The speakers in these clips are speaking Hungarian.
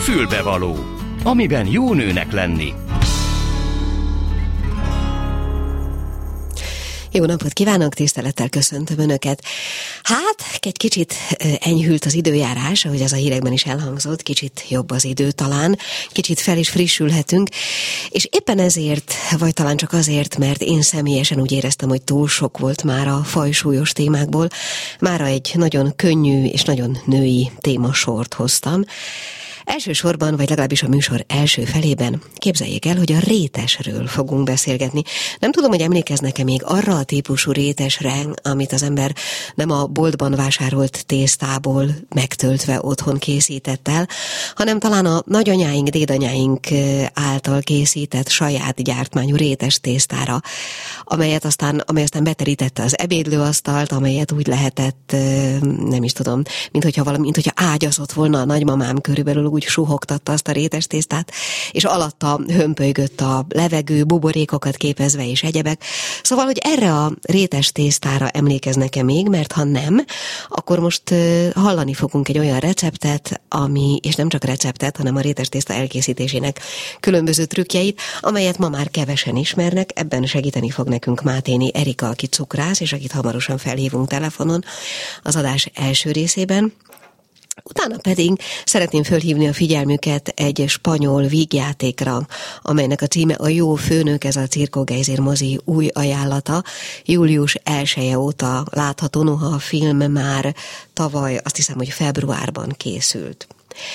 Fülbevaló, amiben jó nőnek lenni. Jó napot kívánok, tisztelettel köszöntöm Önöket. Hát, egy kicsit enyhült az időjárás, ahogy ez a hírekben is elhangzott, kicsit jobb az idő talán, kicsit fel is frissülhetünk, és éppen ezért, vagy talán csak azért, mert én személyesen úgy éreztem, hogy túl sok volt már a fajsúlyos témákból, mára egy nagyon könnyű és nagyon női témasort hoztam. Elsősorban, vagy legalábbis a műsor első felében képzeljék el, hogy a rétesről fogunk beszélgetni. Nem tudom, hogy emlékeznek-e még arra a típusú rétesre, amit az ember nem a boltban vásárolt tésztából megtöltve otthon készített el, hanem talán a nagyanyáink, dédanyáink által készített saját gyártmányú rétes tésztára, amely aztán beterítette az ebédlőasztalt, amelyet úgy lehetett, nem is tudom, minthogyha ágyazott volna a nagymamám körülbelül, úgy suhogtatta azt a rétes tésztát, és alatta hömpölygött a levegő, buborékokat képezve és egyebek. Szóval, hogy erre a rétes tésztára emlékeznek-e még, mert ha nem, akkor most hallani fogunk egy olyan receptet, és nem csak receptet, hanem a rétes tészta elkészítésének különböző trükkjeit, amelyet ma már kevesen ismernek. Ebben segíteni fog nekünk Máténi Erika, aki cukrász, és akit hamarosan felhívunk telefonon az adás első részében. Utána pedig szeretném fölhívni a figyelmüket egy spanyol vígjátékra, amelynek a címe A jó főnök, ez a Circo Geyser mozi új ajánlata. Július 1-e óta látható, noha a film már tavaly, azt hiszem, hogy februárban készült.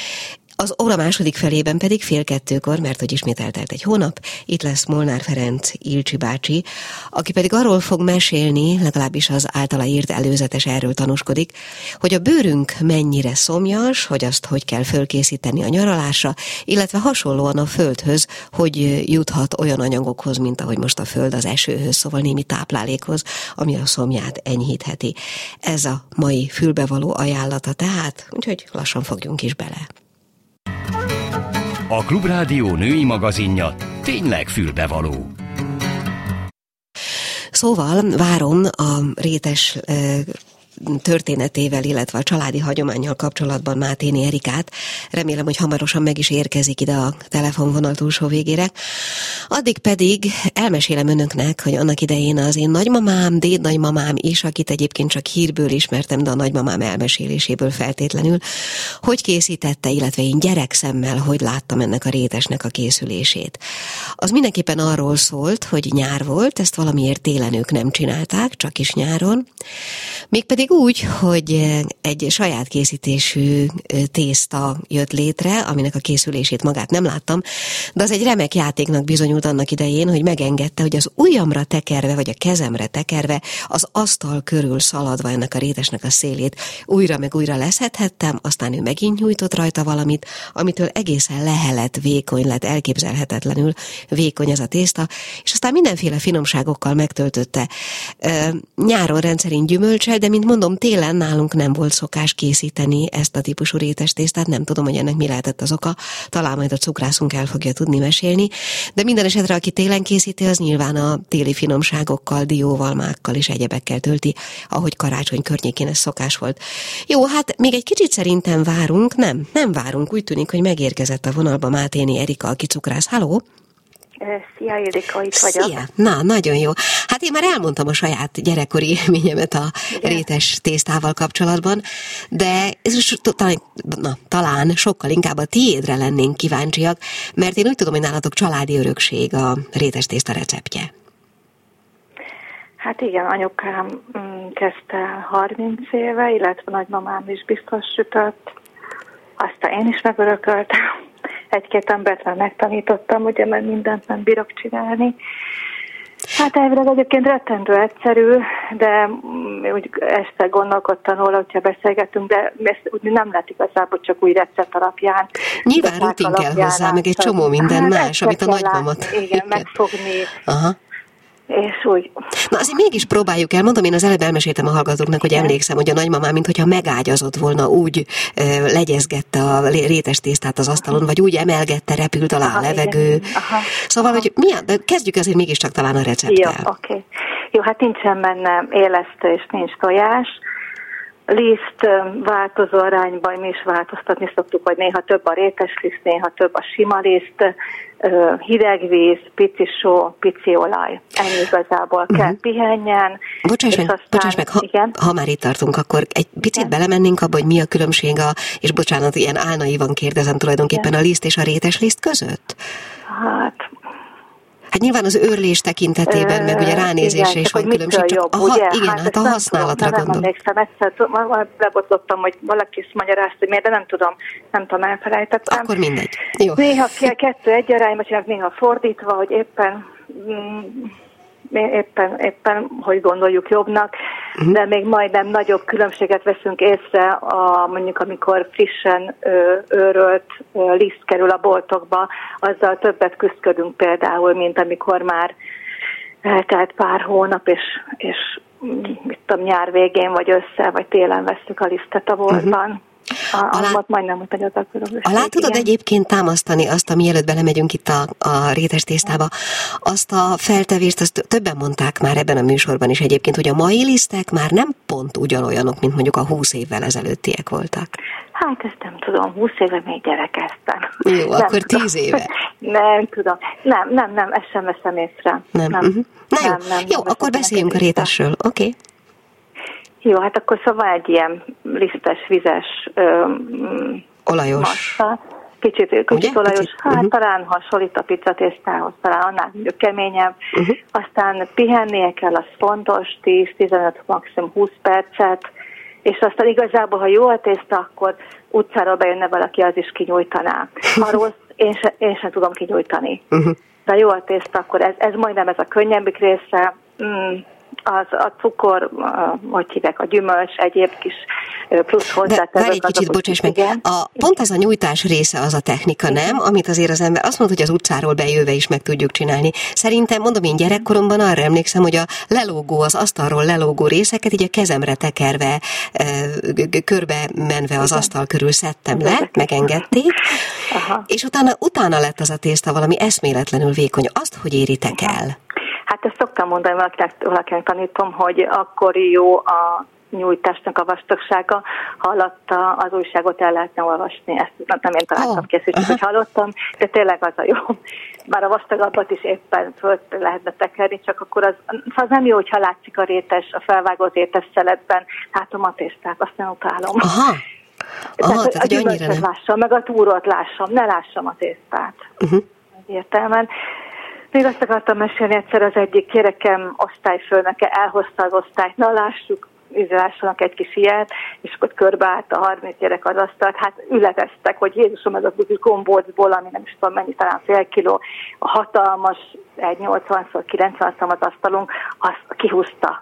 Az óra második felében pedig 1:30, mert hogy ismét eltelt egy hónap, itt lesz Molnár Ferenc Ilcsi bácsi, aki pedig arról fog mesélni, legalábbis az általa írt előzetes erről tanúskodik, hogy a bőrünk mennyire szomjas, hogy azt hogy kell fölkészíteni a nyaralásra, illetve hasonlóan a földhöz, hogy juthat olyan anyagokhoz, mint ahogy most a föld az esőhöz, szóval némi táplálékhoz, ami a szomját enyhítheti. Ez a mai fülbevaló ajánlata tehát, úgyhogy lassan fogjunk is bele. A Klubrádió női magazinja tényleg fülbevaló. Szóval várom a rétes történetével, illetve a családi hagyománnyal kapcsolatban Máténi Erikát. Remélem, hogy hamarosan meg is érkezik ide a telefonvonal túlsó végére. Addig pedig elmesélem önöknek, hogy annak idején az én nagymamám, dédnagymamám is, akit egyébként csak hírből ismertem, de a nagymamám elmeséléséből feltétlenül, hogy készítette, illetve én gyerekszemmel, hogy láttam ennek a rétesnek a készülését. Az mindenképpen arról szólt, hogy nyár volt, ezt valamiért télen ők nem csinálták, csak is nyáron. Mégpedig úgy, hogy egy saját készítésű tészta jött létre, aminek a készülését magát nem láttam, de az egy remek játéknak bizonyult annak idején, hogy megengedte, hogy az ujjamra tekerve, vagy a kezemre tekerve, az asztal körül szaladva ennek a rétesnek a szélét újra meg újra leszedhettem, aztán ő megint nyújtott rajta valamit, amitől egészen lehelett, vékony lett, elképzelhetetlenül vékony ez a tészta, és aztán mindenféle finomságokkal megtöltötte. Nyáron rendszerint gyümölcsel, de mint mondom, télen nálunk nem volt szokás készíteni ezt a típusú rétes tésztát, nem tudom, hogy ennek mi lehetett az oka, talán majd a cukrászunk el fogja tudni mesélni, de minden esetre, aki télen készíti, az nyilván a téli finomságokkal, dióval, mákkal és egyebekkel tölti, ahogy karácsony környékén ez szokás volt. Jó, hát még egy kicsit szerintem várunk, nem várunk, úgy tűnik, hogy megérkezett a vonalba Máténi Erika, aki cukrász. Halló? Szia, Ildika, itt vagyok. Szia! Na, nagyon jó. Hát én már elmondtam a saját gyerekkori élményemet a rétes tésztával kapcsolatban, de talán sokkal inkább a tiédre lennénk kíváncsiak, mert én úgy tudom, hogy nálatok családi örökség a rétes tészta receptje. Hát igen, anyukám kezdte 30 éve, illetve nagymamám is biztos sütött, aztán én is megörököltem. Egy-két embert már megtanítottam, ugye, mert mindent nem bírok csinálni. Hát elvileg egyébként rettentő egyszerű, de úgy este gondolkodtam róla, hogyha beszélgetünk, de ezt úgy nem lehet igazából csak úgy recept alapján. Nyilván rutin kell hozzá, meg egy csomó minden más, amit a nagymamat. Igen, megfogni. Aha. És úgy. Na azért mégis próbáljuk el, mondom, én az előbb elmeséltem a hallgatóknak, hogy emlékszem, hogy a nagymamám, minthogyha megágyazott volna, úgy legyezgette a rétes tésztát az asztalon, vagy úgy emelgette, repült alá a levegő. Szóval, hogy de kezdjük azért mégiscsak talán a recepttel. Jó, oké. Jó, hát nincsen benne élesztő és nincs tojás. liszt változó arányban mi is változtatni szoktuk, hogy néha több a rétes liszt, néha több a sima liszt, hideg víz, pici só, pici olaj. Ennyi igazából kell pihenjen. Bocsáss meg, ha már itt tartunk, akkor egy picit belemennénk abba, hogy mi a különbség és bocsánat, ilyen álnaivan kérdezem tulajdonképpen a liszt és a rétes liszt között? Hát nyilván az őrlés tekintetében, meg ugye ránézésre is van különbség. Jobb, igen, hát a használatra gondolom. Nem emlékszem, egyszer lebotlottam, hogy valaki is magyarázta, hogy miért, de nem tudom, elfelejtettem. Akkor mindegy. Jó. Néha 2-1 arányba csinálok, néha fordítva, hogy éppen hogy gondoljuk jobbnak, de még majdnem nagyobb különbséget veszünk észre, mondjuk amikor frissen őrölt liszt kerül a boltokba, azzal többet küzdködünk például, mint amikor már eltelt pár hónap, és mit tudom, nyár végén, vagy össze, vagy télen vesszük a lisztet a boltban. Alá tudod egyébként támasztani azt, mielőtt belemegyünk itt a rétes tésztába, azt a feltevést, azt többen mondták már ebben a műsorban is egyébként, hogy a mai lisztek már nem pont ugyanolyanok, mint mondjuk a 20 évvel ezelőttiek voltak. Hát ezt nem tudom, 20 éve még gyerekeztem. Jó, nem akkor 10 éve. Nem tudom. Nem, ezt sem veszem észre. Nem. Jó, akkor beszéljünk a rétesről, oké. Jó, hát akkor szóval egy ilyen lisztes, vizes, olajos. Massa. Kicsit olajos, talán hasonlít a pizzatésztához, talán annál mondjuk keményebb. Aztán pihennie kell, az fontos, 10-15, maximum 20 percet, és aztán igazából, ha jó a tészta, akkor utcáról bejönne valaki, az is kinyújtaná. Ha rossz, én sem tudom kinyújtani. De jó a tészta, akkor ez majdnem ez a könnyebbik része. A cukor, hogy hívják, a gyümölcs, egyéb kis plusz hozzátevők. De várj egy kicsit, bocsáss meg, pont ez a nyújtás része az a technika, nem? Amit azért az ember azt mondta, hogy az utcáról bejöve is meg tudjuk csinálni. Szerintem, mondom, én gyerekkoromban arra emlékszem, hogy a lelógó, az asztalról lelógó részeket így a kezemre tekerve, körbe menve az asztal körül szedtem le, megengedték, és utána lett az a tészta valami eszméletlenül vékony. Azt, hogy éritek el? Hát ezt szoktam mondani, valakinek tanítom, hogy akkor jó a nyújtásnak a vastagsága, ha alatta az újságot el lehetne olvasni. Ezt nem én találtam ki, hogy hallottam, de tényleg az a jó. Bár a vastagabbat is éppen föl lehetne tekerni, csak akkor az nem jó, hogyha látszik a rétes, a felvágott rétes szeletben. Látom a tésztát, azt nem utálom. Tehát a gyümölcsöt lássam, meg a túrót lássam, ne lássam a tésztát. Értelmen. Még azt akartam mesélni, egyszer az egyik gyerekem osztályfőnöke elhozta az osztályt, na lássanak egy kis ilyet, és akkor körbeállt a 30 gyerek az asztalt, hát ületeztek, hogy Jézusom, ez a kis gombócból, ami nem is tudom mennyi, talán fél kiló, a hatalmas, 1,80x90 az asztalunk, azt kihúzta.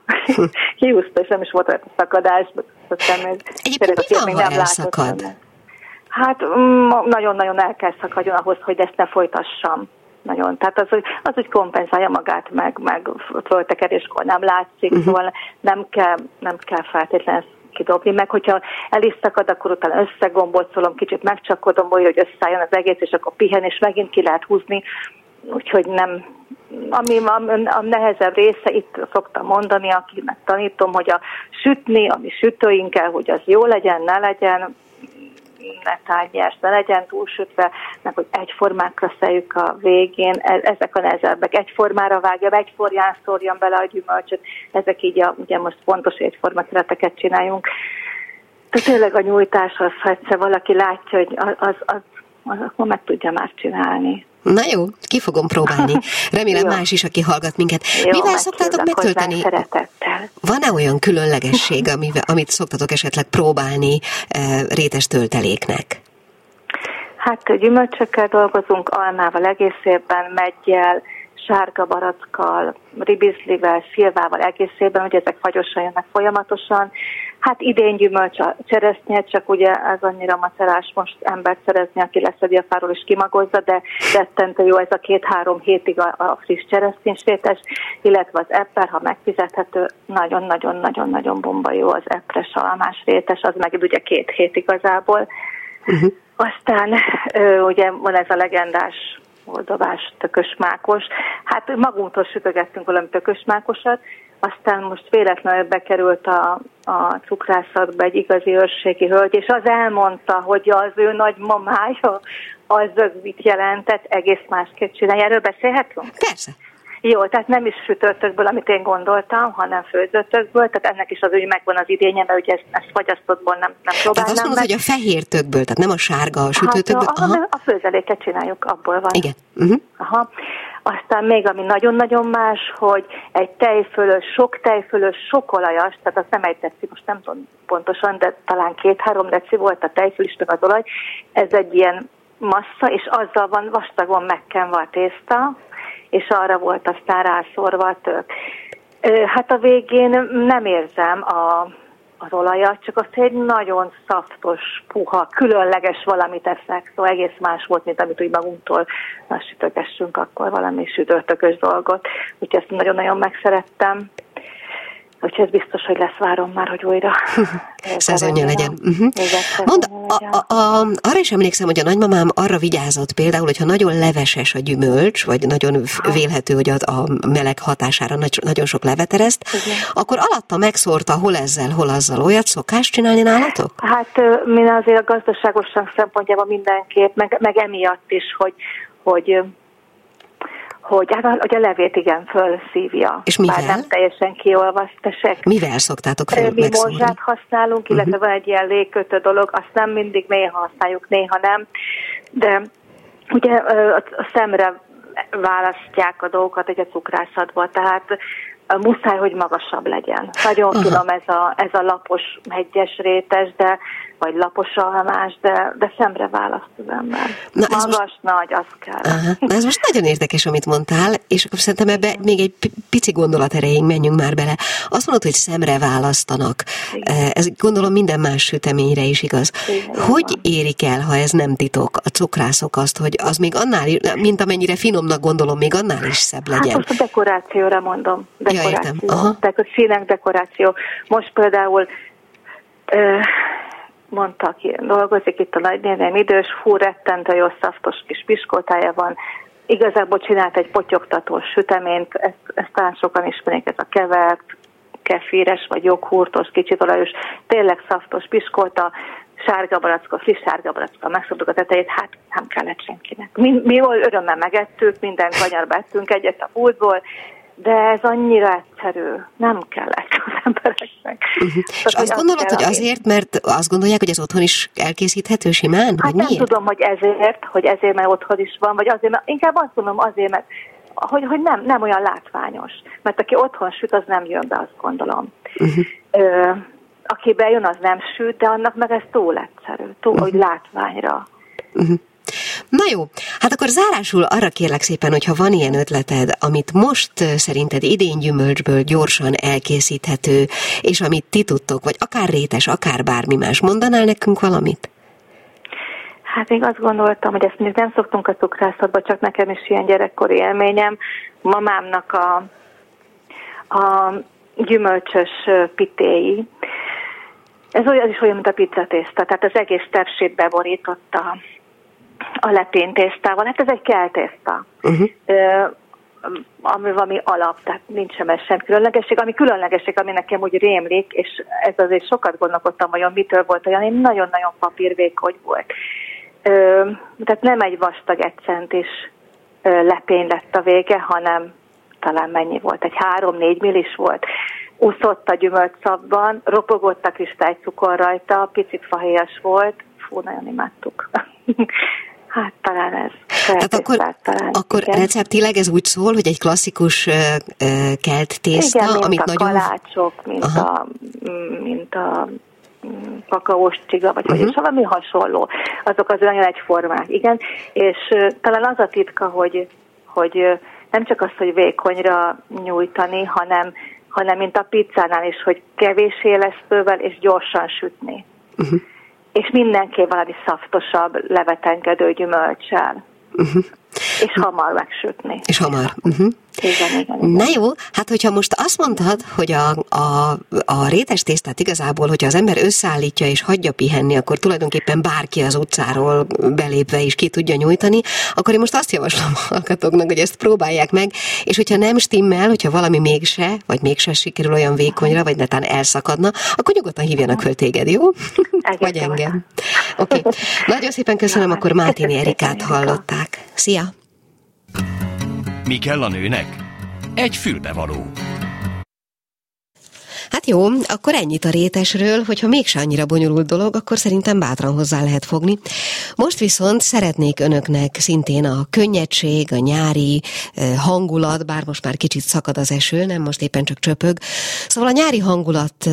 És nem is volt olyan szakadás. Egyébként mi van, ha elszakad? Hát nagyon-nagyon el kell szakadjon ahhoz, hogy ezt ne folytassam. Nagyon. Tehát az, hogy kompenzálja magát, meg föltekeréskor nem látszik, szóval nem kell feltétlenül kidobni, meg hogyha el is szakad, akkor utána összegombolcolom, kicsit megcsakodom, hogy összeálljon az egész, és akkor pihen, és megint ki lehet húzni, úgyhogy nem. Ami a nehezebb része, itt szoktam mondani, akinek tanítom, hogy a sütni, ami sütőink kell, hogy az jó legyen, ne legyen, ne tárgyás, ne legyen túlsütve, meg hogy egyformákra szeljük a végén, ezek a nehezebbek. Egyformára vágjam, egyformán szórjam bele a gyümölcsöt, ezek így ugye most fontos, hogy egyforma kereteket csináljunk. De tényleg a nyújtás az, ha egyszer valaki látja, hogy az akkor meg tudja már csinálni. Na jó, ki fogom próbálni. Remélem más is, aki hallgat minket. Jó, mivel szoktátok megtölteni? Van-e olyan különlegesség, amit szoktatok esetleg próbálni rétes tölteléknek? Hát gyümölcsökkel dolgozunk, almával egész évben, meggyel, sárga barackkal, ribizlivel, szilvával egész évben, hogy ezek fagyosan jönnek folyamatosan. Hát idén gyümölcs a cseresznye, csak ugye ez annyira macerás most embert szerezni, aki leszedi a fáról és kimagozza, de rettentő jó ez a 2-3 hétig a friss cseresznyésrétes, illetve az epper, ha megfizethető, nagyon-nagyon-nagyon-nagyon bomba jó az epres almás rétes, az meg ugye 2 hét igazából. Aztán ugye van ez a legendás oldovás tökösmákos. Hát magunktól sütögettünk valami tökösmákosat, aztán most véletlenül bekerült a cukrászatba egy igazi őrségi hölgy, és az elmondta, hogy az ő nagymamája az mit jelentett, egész másképp csinálja. Erről beszélhetünk? Persze. Jó, tehát nem is sütőtökből, amit én gondoltam, hanem főzőtökből, tehát ennek is az úgy megvan az idénye, mert ugye ezt fagyasztottból nem próbálnám. Tehát azt mondod, hogy a fehér tökből, tehát nem a sárga a sütőtökből? Hát a főzeléket csináljuk, abból van. Igen. Aha. Aztán még, ami nagyon-nagyon más, hogy egy sok tejfölös, sok olajas, tehát az nem egy deci, most nem tudom pontosan, de talán 2-3 deci volt a tejföl is, meg az olaj. Ez egy ilyen massza, és azzal van vastagon megkenve a tészta, és arra volt aztán rászorva a tök. Hát a végén nem érzem az olajat, csak azt egy nagyon szaftos, puha, különleges valamit eszek, szóval egész más volt, mint amit úgy magunktól sütögessünk akkor valami sütőtökös dolgot. Úgyhogy ezt nagyon-nagyon megszerettem. Úgyhogy ez biztos, hogy lesz, várom már, hogy újra szezonja legyen. Mondd, arra is emlékszem, hogy a nagymamám arra vigyázott például, hogyha nagyon leveses a gyümölcs, vagy nagyon vélhető, hogy a meleg hatására nagyon sok levet ereszt, akkor alatta megszórta hol ezzel, hol azzal. Olyat szokás csinálni nálatok? Hát mi azért a gazdaságosság szempontjában mindenképp, meg emiatt is, hogy a levét igen fölszívja. És mivel? Bár nem teljesen kiolvasztesek. Mivel szoktátok megszórni? Mi morzsát használunk, illetve van egy ilyen légkötő dolog, azt nem mindig, néha használjuk, néha nem. De ugye a szemre választják a dolgokat egy a cukrászatba, tehát muszáj, hogy magasabb legyen. Nagyon finom ez a lapos hegyes rétes, vagy lapos almás, de szemre választ az ember. Magas, nagy, az kell. Na ez most nagyon érdekes, amit mondtál, és akkor szerintem ebbe még egy pici gondolat erejéig menjünk már bele. Azt mondod, hogy szemre választanak. Igen. Ez gondolom minden más süteményre is igaz. Igen, hogy érik el, ha ez nem titok, a cukrászok azt, hogy az még annál, mint amennyire finomnak gondolom, még annál is szebb legyen? Hát most a dekorációra mondom. Dekoráció. Tehát a színek dekoráció. Most például mondta, aki dolgozik itt a nagynéném, idős, rettentő jó szaftos kis piskótája van. Igazából csinált egy potyogtatós süteményt, ezt talán sokan ismerik, ez a kevert, kefíres vagy joghurtos, kicsit olajos, tényleg szaftos piskóta, sárga barackó, friss sárga barackó, megszoktuk a tetejét, hát nem kellett senkinek. Mi örömmel megettük, minden kanyarba ettünk egyet a pultból, de ez annyira egyszerű, nem kellett az embereknek. És azt gondolod, hogy azért, mert azt gondolják, hogy ez otthon is elkészíthető simán? Hát nem tudom, hogy ezért, mert otthon is van, vagy azért, mert inkább azt mondom azért, mert hogy nem olyan látványos. Mert aki otthon süt, az nem jön be, azt gondolom. Aki bejön, az nem süt, de annak meg ez túl egyszerű, hogy látványra. Na jó, hát akkor zárásul arra kérlek szépen, hogyha van ilyen ötleted, amit most szerinted idén gyümölcsből gyorsan elkészíthető, és amit ti tudtok, vagy akár rétes, akár bármi más, mondanál nekünk valamit? Hát én azt gondoltam, hogy ezt még nem szoktunk a cukrászatba, csak nekem is ilyen gyerekkori élményem. Mamámnak a gyümölcsös pitéi. Ez olyan, mint a pizzatészta, tehát az egész tepsét beborította a lepéntésztával. Hát ez egy keltészta, ami valami alap, tehát nincs sem különlegesség. Ami különlegesség, ami nekem úgy rémlik, és ez azért sokat gondolkodtam, vajon mitől volt olyan, nagyon-nagyon papírvékony volt. Tehát nem egy vastag 1 centis lepény lett a vége, hanem talán mennyi volt, egy 3-4 millis volt. Úszott a gyümölcsszavban, ropogott a kristálycukor rajta, picit fahéjas volt, nagyon imádtuk. Hát talán ez. Tehát akkor receptileg ez úgy szól, hogy egy klasszikus kelt tészta, igen, amit a nagyon... kalácsok, mint a kakaós csiga, vagy hogy valami hasonló. Azok az olyan egyformák, igen. És talán az a titka, hogy nem csak az, hogy vékonyra nyújtani, hanem mint a pizzánál is, hogy kevés élesztővel és gyorsan sütni. És mindenképp valami szaftosabb, levetengedő gyümölccsel. És hamar megsütni. És hamar. Igen. Na jó, hát hogyha most azt mondtad, hogy a rétes tésztát igazából, hogyha az ember összeállítja és hagyja pihenni, akkor tulajdonképpen bárki az utcáról belépve is ki tudja nyújtani, akkor én most azt javaslom a hallgatóknak, hogy ezt próbálják meg, és hogyha nem stimmel, hogyha valami mégse sikerül olyan vékonyra, vagy netán elszakadna, akkor nyugodtan hívjanak föl téged, jó? Vagy engem. Oké. Nagyon szépen köszönöm, akkor Mártini Erikát hallották. Szia! Mi kell a nőnek? Egy fülbevaló. Hát jó, akkor ennyit a rétesről, hogyha mégse annyira bonyolult dolog, akkor szerintem bátran hozzá lehet fogni. Most viszont szeretnék önöknek szintén a könnyedség, a nyári hangulat, bár most már kicsit szakad az eső, nem most éppen csak csöpög. Szóval a nyári hangulat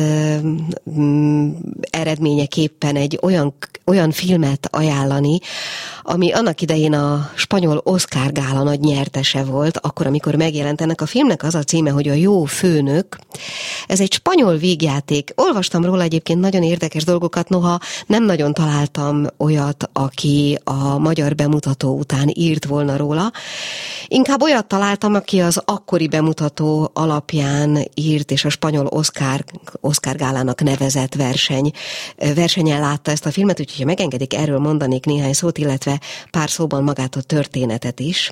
eredményeképpen egy olyan filmet ajánlani, ami annak idején a spanyol Oscar gála nagy nyertese volt, akkor, amikor megjelent. Ennek a filmnek az a címe, hogy A jó főnök. Ez egy spanyol vígjáték. Olvastam róla egyébként nagyon érdekes dolgokat, noha nem nagyon találtam olyat, aki a magyar bemutató után írt volna róla. Inkább olyat találtam, aki az akkori bemutató alapján írt, és a spanyol Oscar gálának nevezett versenyen látta ezt a filmet, úgyhogy ha megengedik, erről mondanék néhány szót, illetve pár szóban magát a történetet is.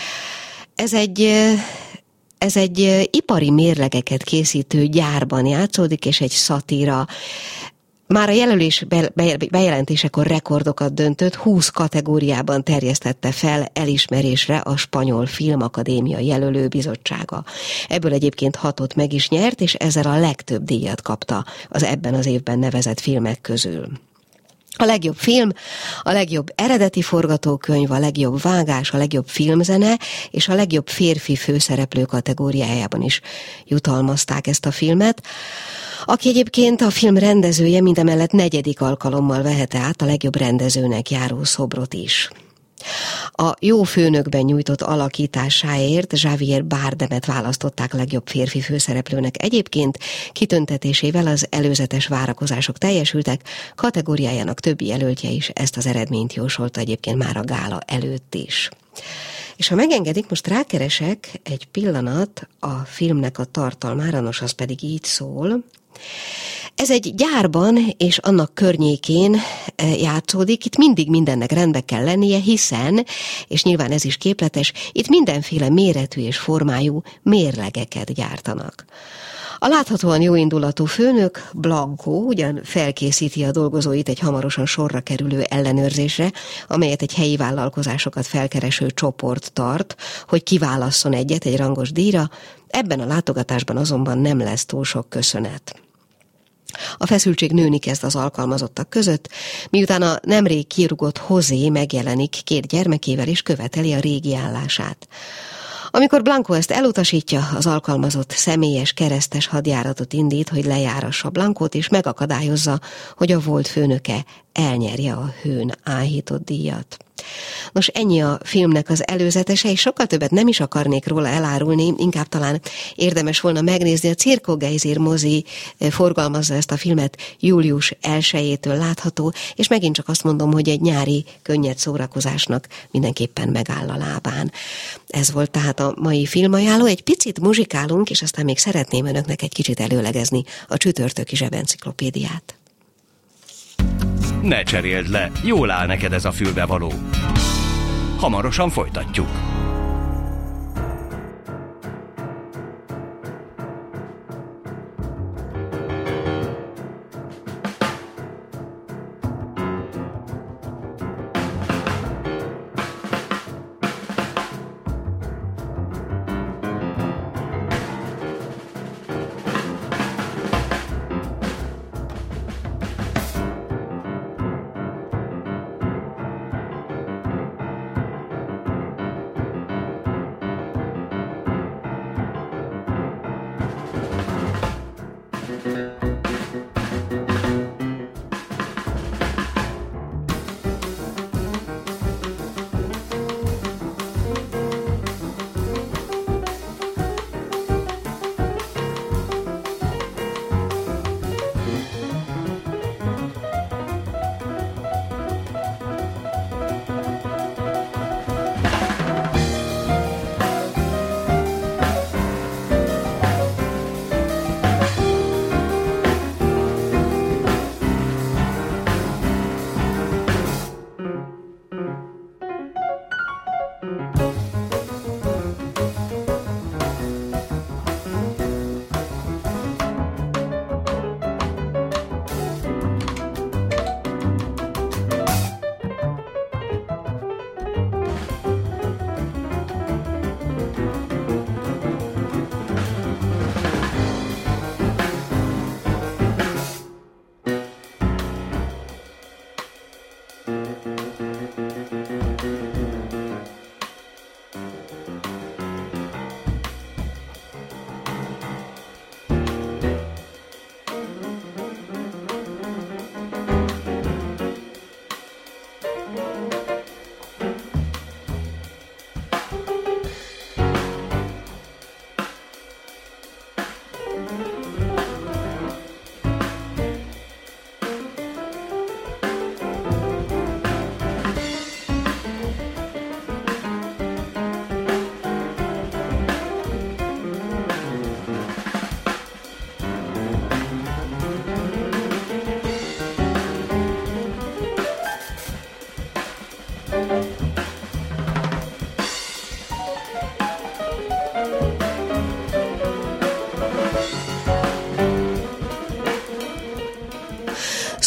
Ez egy ipari mérlegeket készítő gyárban játszódik, és egy szatíra. Már a jelölés bejelentésekor rekordokat döntött, 20 kategóriában terjesztette fel elismerésre a Spanyol Filmakadémia jelölőbizottsága. Ebből egyébként 6-ot meg is nyert, és ezzel a legtöbb díjat kapta az ebben az évben nevezett filmek közül. A legjobb film, a legjobb eredeti forgatókönyv, a legjobb vágás, a legjobb filmzene és a legjobb férfi főszereplő kategóriájában is jutalmazták ezt a filmet, aki egyébként a film rendezője mindemellett 4. alkalommal vehette át a legjobb rendezőnek járó szobrot is. A jó főnökben nyújtott alakításáért Javier Bardemet választották legjobb férfi főszereplőnek. Egyébként kitüntetésével az előzetes várakozások teljesültek, kategóriájának többi jelöltje is ezt az eredményt jósolta egyébként már a gála előtt is. És ha megengedik, most rákeresek egy pillanat a filmnek a tartalmára, nos, az pedig így szól. Ez egy gyárban és annak környékén játszódik, itt mindig mindennek rendbe kell lennie, hiszen, és nyilván ez is képletes, itt mindenféle méretű és formájú mérlegeket gyártanak. A láthatóan jóindulatú főnök, Blanco, ugyan felkészíti a dolgozóit egy hamarosan sorra kerülő ellenőrzésre, amelyet egy helyi vállalkozásokat felkereső csoport tart, hogy kiválasszon egyet egy rangos díjra, ebben a látogatásban azonban nem lesz túl sok köszönet. A feszültség nőni kezd az alkalmazottak között, miután a nemrég kirúgott José megjelenik 2 gyermekével és követeli a régi állását. Amikor Blanco ezt elutasítja, az alkalmazott személyes keresztes hadjáratot indít, hogy lejárassa Blancót, és megakadályozza, hogy a volt főnöke elnyerje a hőn áhított díjat. Nos, ennyi a filmnek az előzetese, és sokkal többet nem is akarnék róla elárulni, inkább talán érdemes volna megnézni. A Circo Geysir mozi forgalmazza ezt a filmet, július 1-től látható, és megint csak azt mondom, hogy egy nyári, könnyed szórakozásnak mindenképpen megáll a lábán. Ez volt tehát a mai filmajánló, egy picit muzsikálunk, és aztán még szeretném önöknek egy kicsit előlegezni a csütörtöki zsebenciklopédiát. Ne cseréld le, jól áll neked ez a fülbevaló. Hamarosan folytatjuk.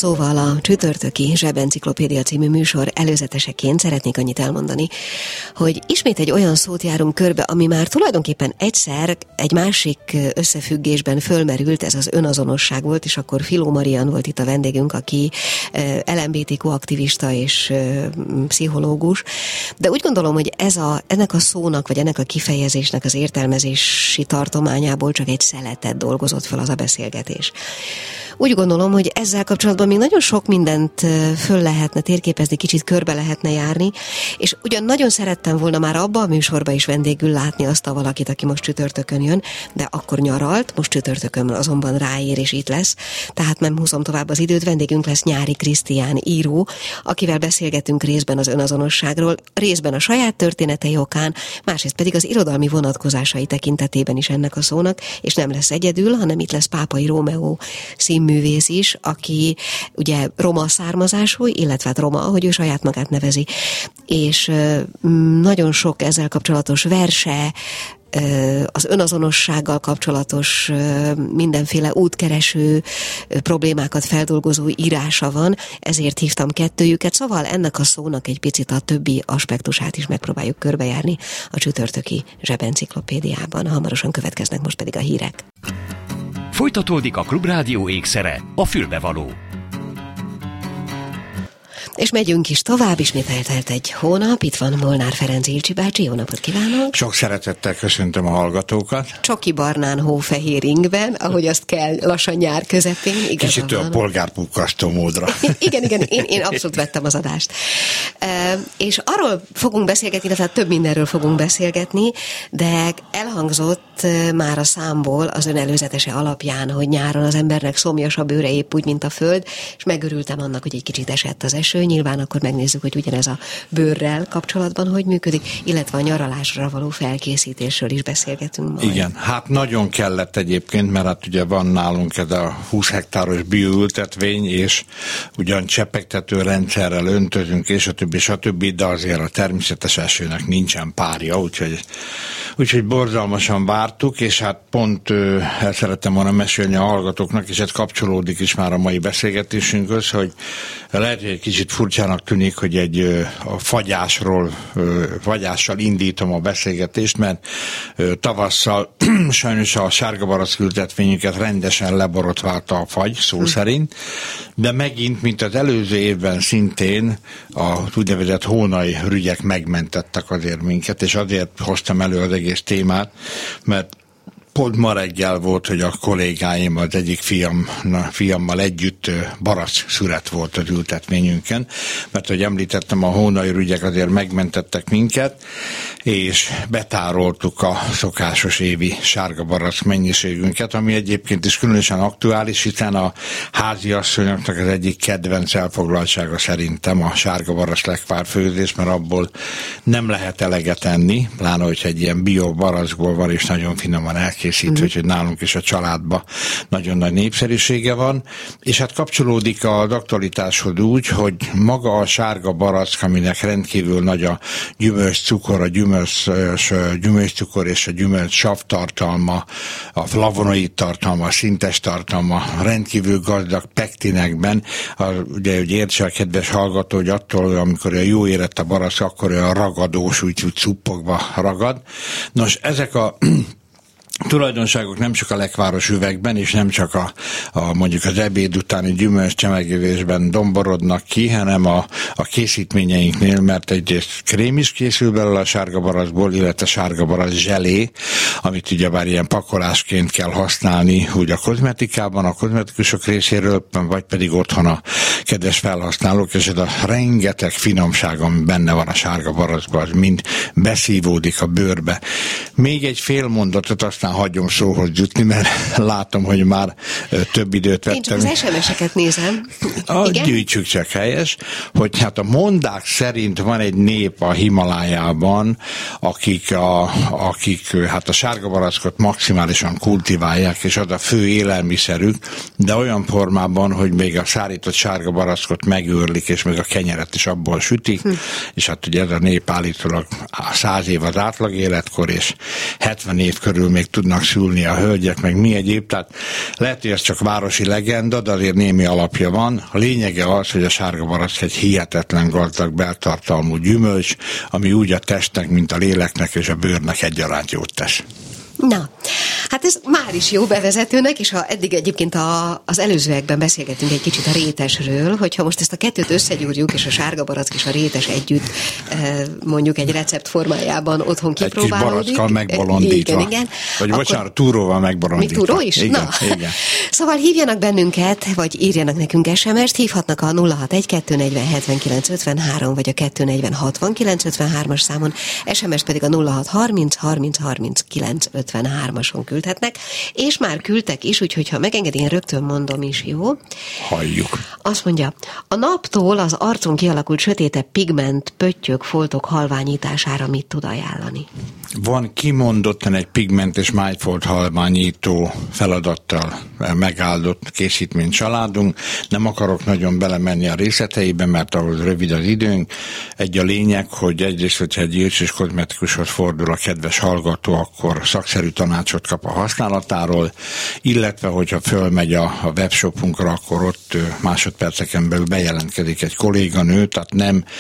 Szóval a csütörtöki Zsebenciklopédia című műsor előzeteseként szeretnék annyit elmondani, hogy ismét egy olyan szót járunk körbe, ami már tulajdonképpen egyszer egy másik összefüggésben fölmerült, ez az önazonosság volt, és akkor Filó Marian volt itt a vendégünk, aki LMBTQ aktivista és pszichológus, de úgy gondolom, hogy ennek a szónak, vagy ennek a kifejezésnek az értelmezési tartományából csak egy szeletet dolgozott fel az a beszélgetés. Úgy gondolom, hogy ezzel kapcsolatban még nagyon sok mindent föl lehetne térképezni, kicsit körbe lehetne járni, és ugyan nagyon szerettem volna már abba a műsorba is vendégül látni azt a valakit, aki most csütörtökön jön, de akkor nyaralt, most csütörtökön azonban ráér és itt lesz, tehát nem húzom tovább az időt, vendégünk lesz Nyári Krisztián író, akivel beszélgetünk részben az önazonosságról, részben a saját történetei okán, másrészt pedig az irodalmi vonatkozásai tekintetében is ennek a szónak, és nem lesz egyedül, hanem itt lesz Pápai Rómeó színművész is, aki ugye roma származású, illetve hát roma, ahogy ő saját magát nevezi, és nagyon sok ezzel kapcsolatos verse, az önazonossággal kapcsolatos mindenféle útkereső problémákat feldolgozó írása van, ezért hívtam kettőjüket, szóval ennek a szónak egy picit a többi aspektusát is megpróbáljuk körbejárni a csütörtöki Zsebenciklopédiában. Hamarosan következnek most pedig a hírek. Folytatódik a Klubrádió ékszere, a fülbevaló. És megyünk is tovább, ismét eltelt egy hónap, itt van Molnár Ferenc Ilcsi bácsi, jó napot kívánok! Sok szeretettel köszöntöm a hallgatókat. Csoki barnán hófehér ingben, ahogy azt kell lassan nyár közepén. Kicsit a polgárpukkasztó módra. Igen, én abszolút vettem az adást. És arról fogunk beszélgetni, illetve több mindenről fogunk beszélgetni, de elhangzott már a számból az ön előzetese alapján, hogy nyáron az embernek szomjas a bőre épp úgy, mint a föld, és megörültem annak, hogy egy kicsit esett az eső. Nyilván akkor megnézzük, hogy ugyanez a bőrrel kapcsolatban hogy működik, illetve a nyaralásra való felkészítésről is beszélgetünk majd. Igen, hát nagyon kellett egyébként, mert hát ugye van nálunk ez a 20 hektáros bioültetvény, és ugyan csepegtető rendszerrel öntözünk, és a többi, de azért a természetes esőnek nincsen párja, úgyhogy borzalmasan vártuk, és hát pont el szerettem volna mesélni a hallgatóknak, és ez kapcsolódik is már a mai beszélgetésünkhöz, hogy lehet, hogy egy kicsit furcsának tűnik, hogy a fagyással indítom a beszélgetést, mert tavasszal sajnos a sárgabarack ültetvényünket rendesen leborotválta a fagy, szó szerint, de megint, mint az előző évben szintén a úgynevezett hónai rügyek megmentettek azért minket, és azért hoztam elő az egész témát, mert pont ma reggel volt, hogy a kollégáim, az egyik fiammal együtt barack szüret volt az ültetvényünken, mert hogy említettem, a hónai rügyek azért megmentettek minket, és betároltuk a szokásos évi sárga barack mennyiségünket, ami egyébként is különösen aktuális, hiszen a háziasszonyoknak az egyik kedvenc elfoglaltsága szerintem a sárga barack lekvárfőzés, mert abból nem lehet eleget enni, pláne, hogyha egy ilyen bio barackból van, és nagyon finoman elkészítve, hogy nálunk is a családban nagyon nagy népszerűsége van, és hát kapcsolódik az aktualitáshoz úgy, hogy maga a sárga barack, aminek rendkívül nagy a gyümölcscukor, a gyümölcscukor és a gyümölcsav tartalma, a flavonoid tartalma, a szintes tartalma, rendkívül gazdag pektinekben, ugye, hogy értse a kedves hallgató, hogy attól, amikor a jó érett a barack, akkor olyan ragadós, úgy cuppogva ragad. Nos, ezek a tulajdonságok nem csak a lekváros üvegben, és nem csak a mondjuk az ebéd utáni gyümölcs csemegevésben domborodnak ki, hanem a készítményeinknél, mert egyrészt krém is készül belőle a sárga barackból, illetve sárga barack zselé, amit ugyebár ilyen pakolásként kell használni úgy a kozmetikában, a kozmetikusok részéről, vagy pedig otthon a kedves felhasználók, és ez a rengeteg finomság, ami benne van a sárga barackban, az mind beszívódik a bőrbe. Még egy fél mondatot, aztán hagyom szóhoz jutni, mert látom, hogy már több időt vettem. Én csak az SMS-eket nézem. Gyűjtsük csak, helyes, hogy hát a mondák szerint van egy nép a Himalájában, akik hát a sárga barackot maximálisan kultiválják, és az a fő élelmiszerük, de olyan formában, hogy még a szárított sárga barackot megőrlik, és még a kenyeret is abból sütik, és hát ugye ez a nép állítólag 100 év az átlag életkor, és 70 év körül még tudnak szülni a hölgyek, meg mi egyéb, tehát lehet, hogy ez csak városi legenda, de azért némi alapja van. A lényege az, hogy a sárga barack egy hihetetlen gazdag beltartalmú gyümölcs, ami úgy a testnek, mint a léleknek és a bőrnek egyaránt jót tesz. Na, hát ez már is jó bevezetőnek, és ha eddig egyébként az előzőekben beszélgettünk egy kicsit a rétesről, hogyha most ezt a kettőt összegyúrjuk, és a sárga barack és a rétes együtt mondjuk egy recept formájában otthon kipróbálódik. Egy kis barackkal megbolondítva. Igen. Vagy bocsánat, túróval megbolondítva. Még túró is? Igen, na. Igen. Szóval hívjanak bennünket, vagy írjanak nekünk SMS-t, hívhatnak a 061-240-7953, vagy a 240-6953-as számon, SMS pedig a 0630-30-30-953-ason küldhetnek, és már küldtek is, úgyhogy ha megengedi, én rögtön mondom is, jó? Halljuk. Azt mondja, a naptól az arcon kialakult sötétebb pigment, pöttyök, foltok halványítására mit tud ajánlani? Van kimondottan egy pigment és májfolt halványító feladattal megáldott készítmény családunk. Nem akarok nagyon belemenni a részleteibe, mert ahhoz rövid az időnk. Egy a lényeg, hogy egyrészt, hogyha egy Ilcs és kozmetikushoz fordul a kedves hallgató, akkor szakszerű tanácsot kap a használatáról, illetve hogyha fölmegy a webshopunkra, akkor ott másodperceken belül bejelentkezik egy kolléganő, tehát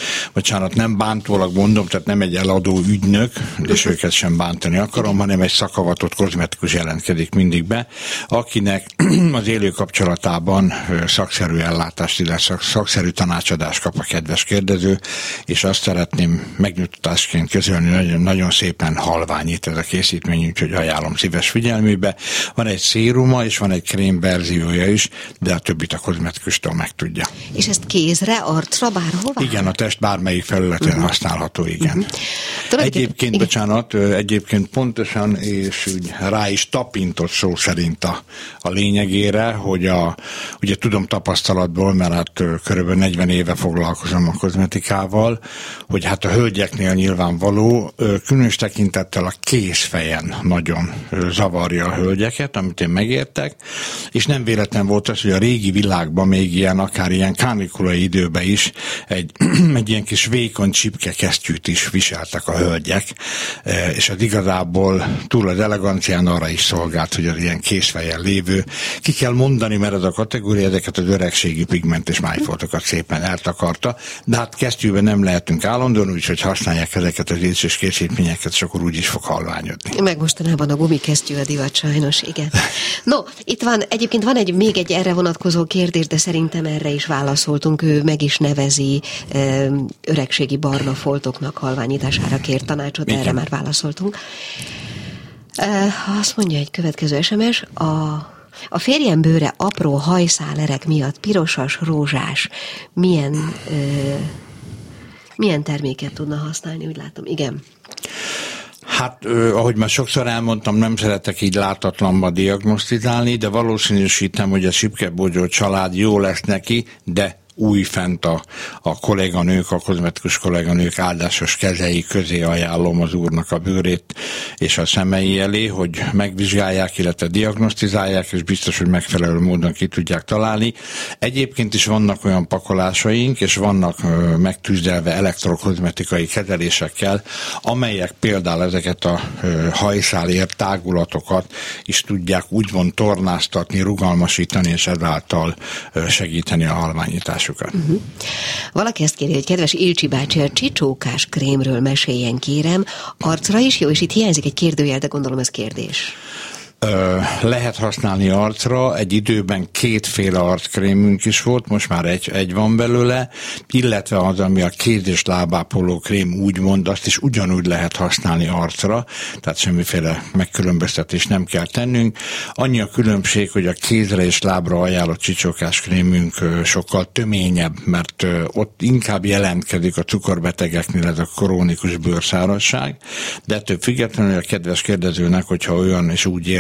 nem bántólag mondom, tehát nem egy eladó ügynök, és őket sem bántani akarom, hanem egy szakavatott kozmetikus jelentkezik mindig be, akinek az élő kapcsolatában szakszerű ellátást, illetve szakszerű tanácsadást kap a kedves kérdező, és azt szeretném megnyugtatásként közölni, hogy nagyon szépen halványít ez a készítmény, úgyhogy ajánlom szíves figyelmébe. Van egy széruma, és van egy krém verziója is, de a többit a kozmetikustól megtudja. És ezt kézre, arcra, bárhová? Igen, a test bármelyik felületén használható, igen. Egyébként, bocsánat, egyébként pontosan, és úgy rá is tapintott szó szerint a lényegére, hogy ugye tudom tapasztalatból, mert hát körülbelül 40 éve foglalkozom a kozmetikával, hogy hát a hölgyeknél nyilvánvaló, különös tekintettel a kézfejen nagyon zavarja a hölgyeket, amit én megértek, és nem véletlen volt az, hogy a régi világban még akár ilyen kánikulai időben is egy ilyen kis vékony csipke kesztyűt is viseltek a hölgyek, és az igazából túl az elegancián arra is szolgált, hogy az ilyen kézfejen lévő, ki kell mondani, mert ez a kategória ezeket az öregségi pigment és májfoltokat szépen eltakarta, de hát kesztyűben nem lehetünk állandóan, úgyhogy használják ezeket az érzés készítményeket, és akkor úgy is fog halványodni. Meg mostanában a gumikesztyű a divat, sajnos, igen. No, itt egyébként van még egy erre vonatkozó kérdés, de szerintem erre is válaszoltunk, ő meg is nevezi öregségi barna foltoknak halványítására kér tanácsot, erre már válaszoltunk. Azt mondja egy következő SMS, a férjem bőre apró hajszálerek miatt pirosas, rózsás, milyen terméket tudna használni, úgy látom, igen. Hát, ahogy már sokszor elmondtam, nem szeretek így látatlanba diagnosztizálni, de valószínűsítem, hogy a Sipke-Bogyó család jó lesz neki, de újfent a kolléganők, a kozmetikus kolléganők áldásos kezei közé ajánlom az úrnak a bőrét és a szemei elé, hogy megvizsgálják, illetve diagnosztizálják, és biztos, hogy megfelelő módon ki tudják találni. Egyébként is vannak olyan pakolásaink, és vannak megtűzdelve elektrokozmetikai kezelésekkel, amelyek például ezeket a hajszálért tágulatokat is tudják úgymond tornáztatni, rugalmasítani, és ezáltal segíteni a halványítást. Valaki ezt kéri, hogy kedves Ilcsi bácsi, a csicsókás krémről meséljen, kérem. Arcra is jó, és itt hiányzik egy kérdőjel, de gondolom ez kérdés. Lehet használni arcra, egy időben kétféle arckrémünk is volt, most már egy van belőle, illetve az, ami a kéz- és lábápoló krém úgymond, azt is ugyanúgy lehet használni arcra, tehát semmiféle megkülönböztetést nem kell tennünk. Annyi a különbség, hogy a kézre és lábra ajánlott csicsókás krémünk sokkal töményebb, mert ott inkább jelentkezik a cukorbetegeknél ez a krónikus bőrszárazság, de ettől függetlenül a kedves kérdezőnek, hogyha olyan és úgy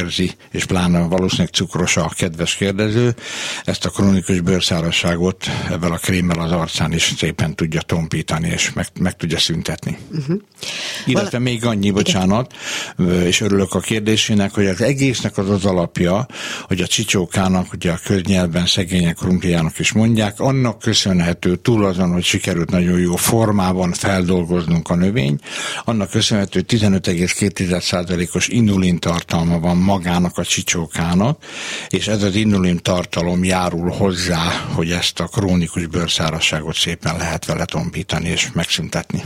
érzi, és pláne valószínűleg cukros a kedves kérdező, ezt a krónikus bőrszárazságot ebben a krémmel az arcán is szépen tudja tompítani, és meg tudja szüntetni. Illetve még annyi, bocsánat, és örülök a kérdésének, hogy az egésznek az alapja, hogy a csicsókának, ugye a köznyelvben szegények krumpliának is mondják, annak köszönhető, túl azon, hogy sikerült nagyon jó formában feldolgoznunk a növény, annak köszönhető 15,2%-os inulin tartalma van magának a csicsókának, és ez az inulin tartalom járul hozzá, hogy ezt a krónikus bőrszárazságot szépen lehet vele tompítani és megszüntetni.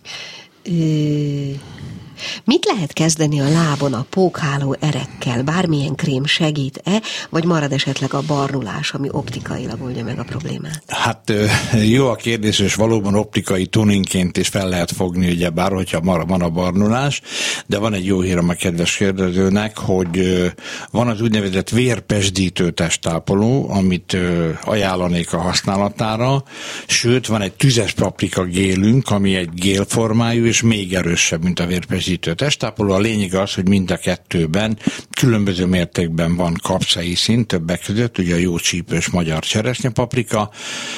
Mit lehet kezdeni a lábon a pókháló erekkel? Bármilyen krém segít-e, vagy marad esetleg a barnulás, ami optikailag oldja meg a problémát? Hát jó a kérdés, és valóban optikai tuningként is fel lehet fogni, ugye bár hogyha van a barnulás, de van egy jó hírem a kedves kérdezőnek, hogy van az úgynevezett vérpesdítő testápoló, amit ajánlanék a használatára, sőt van egy tüzes paprika gélünk, ami egy gélformájú, és még erősebb, mint a vérpesdítő testápoló. A lényeg az, hogy mind a kettőben különböző mértékben van kapszaicin, többek között, ugye a jó csípős magyar cseresnyepaprika.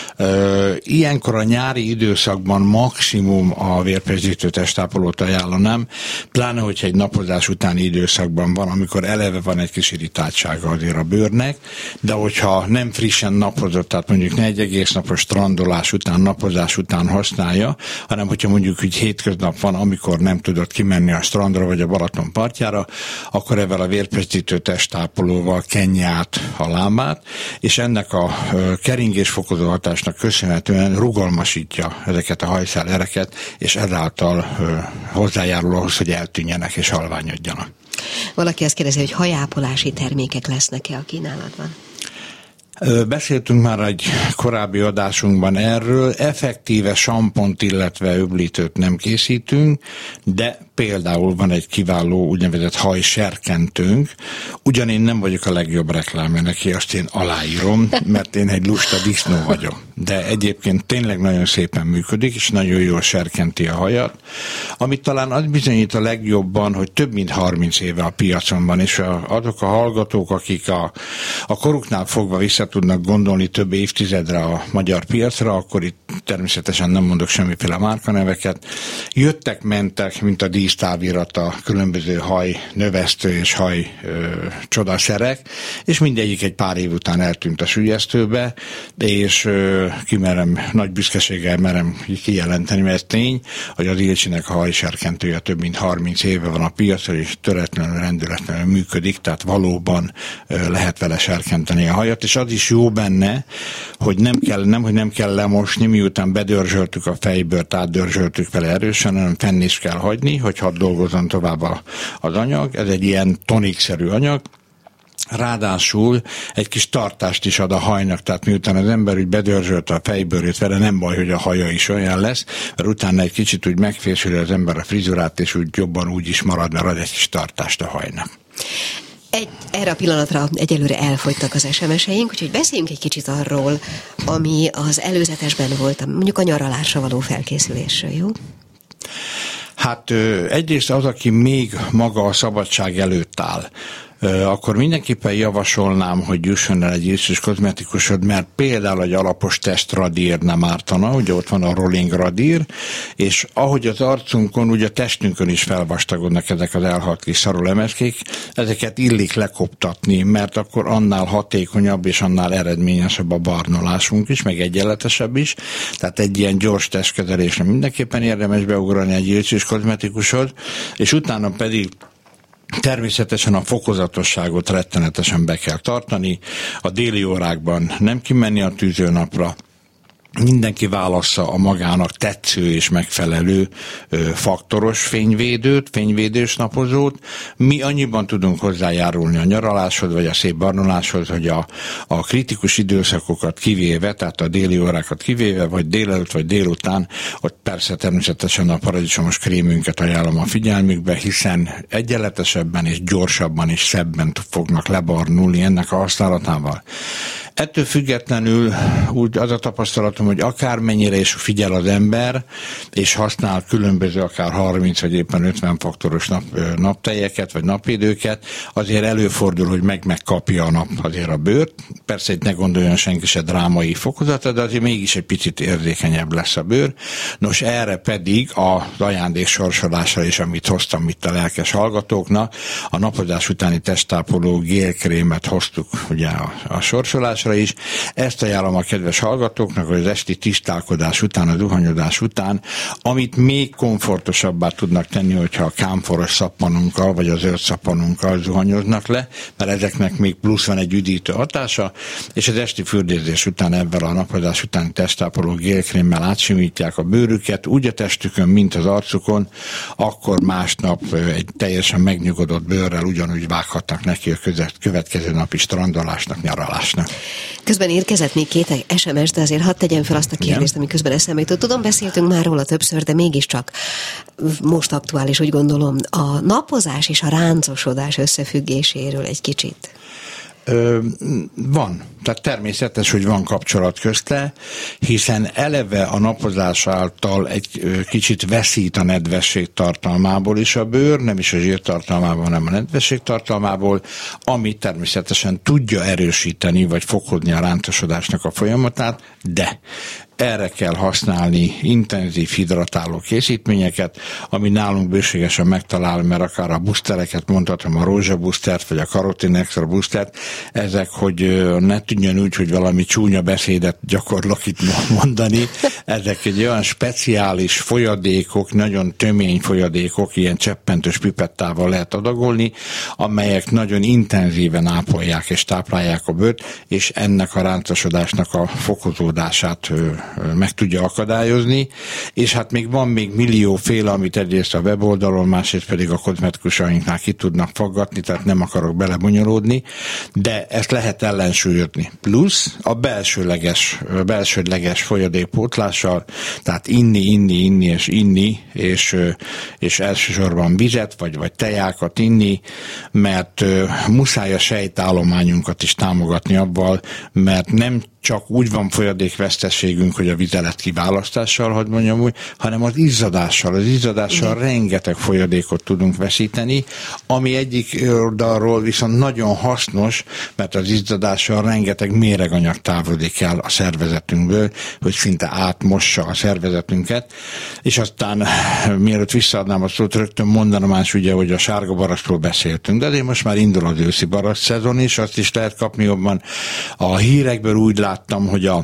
Ilyenkor a nyári időszakban maximum a vérpesdítő testápolót ajánlanám, pláne, hogyha egy napozás utáni időszakban van, amikor eleve van egy kis irritáltsága azért a bőrnek, de hogyha nem frissen napozott, tehát mondjuk ne egy egész napos strandolás után, napozás után használja, hanem hogyha mondjuk hogy hétköznap van, amikor nem tudott kimenni a strandra vagy a Balaton partjára, akkor ezzel a vérpesdítő testápolóval kenje át a lábát, és ennek a keringésfokozó hatásnak köszönhetően rugalmasítja ezeket a hajszálereket, és ezáltal hozzájárul ahhoz, hogy eltűnjenek és halványodjanak. Valaki azt kérdezi, hogy hajápolási termékek lesznek-e a kínálatban? Beszéltünk már egy korábbi adásunkban erről, effektíve sampont, illetve öblítőt nem készítünk, de például van egy kiváló úgynevezett hajserkentőnk, ugyan én nem vagyok a legjobb reklámja neki, azt én aláírom, mert én egy lusta disznó vagyok. De egyébként tényleg nagyon szépen működik, és nagyon jól serkenti a hajat, amit talán az bizonyít a legjobban, hogy több mint 30 éve a piacon van, és azok a hallgatók, akik a koruknál fogva vissza tudnak gondolni több évtizedre a magyar piacra, akkor itt természetesen nem mondok semmiféle márkaneveket, jöttek, mentek, mint a dísztávirat a különböző haj növesztő és haj csodaszerek, és mindegyik egy pár év után eltűnt a süllyesztőbe, és kimerem, nagy büszkeséggel merem kijelenteni, mert ez tény, hogy az Ilcsinek a hajserkentője több mint 30 éve van a piacon, és töretlenül, rendületlenül működik, tehát valóban lehet vele serkenteni a hajat, és az is jó benne, hogy nem kell lemosni, miután bedörzsöltük a fejbőrt, átdörzsöltük vele erősen, hanem fenn is kell hagyni, hogy hadd dolgozzon tovább az anyag. Ez egy ilyen tonikszerű anyag, ráadásul egy kis tartást is ad a hajnak, tehát miután az ember úgy bedörzsölte a fejbőrét vele, nem baj, hogy a haja is olyan lesz, mert utána egy kicsit úgy megfésüli az ember a frizurát, és úgy jobban úgy is marad, mert ad egy kis tartást a hajnak. Erre a pillanatra egyelőre elfogytak az SMS-eink, úgyhogy beszéljünk egy kicsit arról, ami az előzetesben volt, mondjuk a nyaralásra való felkészülésről, jó? Hát egyrészt az, aki még maga a szabadság előtt áll, akkor mindenképpen javasolnám, hogy jusson el egy Ilcsis kozmetikusod, mert például egy alapos testradír nem ártana, ugye ott van a rolling radír, és ahogy az arcunkon, ugye a testünkön is felvastagodnak ezek az elhalt kis szarulemezkék, ezeket illik lekoptatni, mert akkor annál hatékonyabb és annál eredményesebb a barnolásunk is, meg egyenletesebb is, tehát egy ilyen gyors testkezelésre mindenképpen érdemes beugrani egy Ilcsis kozmetikusod, és utána pedig természetesen a fokozatosságot rettenetesen be kell tartani, a déli órákban nem kimenni a tűzőnapra, mindenki válassza a magának tetsző és megfelelő faktoros fényvédőt, fényvédős napozót. Mi annyiban tudunk hozzájárulni a nyaraláshoz, vagy a szép barnoláshoz, hogy a kritikus időszakokat kivéve, tehát a déli órákat kivéve, vagy délelőtt, vagy délután, ott persze természetesen a paradicsomos krémünket ajánlom a figyelmükbe, hiszen egyenletesebben és gyorsabban és szebben fognak lebarnulni ennek a használatával. Ettől függetlenül úgy az a tapasztalatom, hogy akármennyire is figyel az ember, és használ különböző akár 30 vagy éppen 50 faktoros naptejeket, vagy napidőket, azért előfordul, hogy megkapja a nap azért a bőrt. Persze itt ne gondoljon senki se drámai fokozata, de azért mégis egy picit érzékenyebb lesz a bőr. Nos, erre pedig az ajándék sorsolásra is, amit hoztam itt a lelkes hallgatóknak, a napozás utáni testápoló gélkrémet hoztuk ugye a sorsolásra is. Ezt ajánlom a kedves hallgatóknak, hogy az esti tisztálkodás után, a zuhanyodás után, amit még komfortosabbá tudnak tenni, hogyha a kámforos szappanunkkal, vagy az zöld szappanunkkal zuhanyoznak le, mert ezeknek még plusz van egy üdítő hatása, és az esti fürdőzés után ebben a napozás utáni testápoló gélkrémmel átsimítják a bőrüket, úgy a testükön, mint az arcukon, akkor másnap egy teljesen megnyugodott bőrrel ugyanúgy vághatnak neki a következő napi strandolásnak, nyaralásnak. Közben érkezett még 2 SMS, de azért hadd tegyem fel azt a kérdést, ami közben eszembe jutott. Tudom, beszéltünk már róla többször, de mégiscsak most aktuális, úgy gondolom, a napozás és a ráncosodás összefüggéséről egy kicsit. Van. Tehát természetes, hogy van kapcsolat közte, hiszen eleve a napozás által egy kicsit veszít a nedvesség tartalmából is a bőr, nem is a zsírtartalmából, hanem a nedvesség tartalmából, ami természetesen tudja erősíteni, vagy fokozni a rántosodásnak a folyamatát, de erre kell használni intenzív hidratáló készítményeket, ami nálunk bőségesen megtalál, mert akár a boostereket mondhatom, a rózsa boostert, vagy a karotin extra boostert, ezek, hogy ne tudjon úgy, hogy valami csúnya beszédet gyakorlok itt mondani, ezek egy olyan speciális folyadékok, nagyon tömény folyadékok, ilyen cseppentős pipettával lehet adagolni, amelyek nagyon intenzíven ápolják és táplálják a bőrt, és ennek a rántosodásnak a fokozódását meg tudja akadályozni, és hát még van millióféle, amit egyrészt a weboldalon, másrészt pedig a kozmetikusainknál ki tudnak faggatni, tehát nem akarok belebonyolódni, de ezt lehet ellensúlyozni. Plusz a belsődleges folyadékpótlással, tehát inni, és elsősorban vizet, vagy tejákat inni, mert muszáj a sejtállományunkat is támogatni abban, mert nem csak úgy van folyadékveszteségünk, hogy a vizelet kiválasztással, hogy mondjam úgy, hanem az izzadással. Az izzadással rengeteg folyadékot tudunk veszíteni, ami egyik oldalról viszont nagyon hasznos, mert az izzadással rengeteg méreganyag távolodik el a szervezetünkből, hogy szinte átmossa a szervezetünket, és aztán mielőtt visszaadnám a szót, rögtön mondanom más ugye, hogy a sárga barasztról beszéltünk, de azért most már indul az őszi baraszt szezon is, azt is lehet kapni jobban. A hírekből úgy láttam, hogy a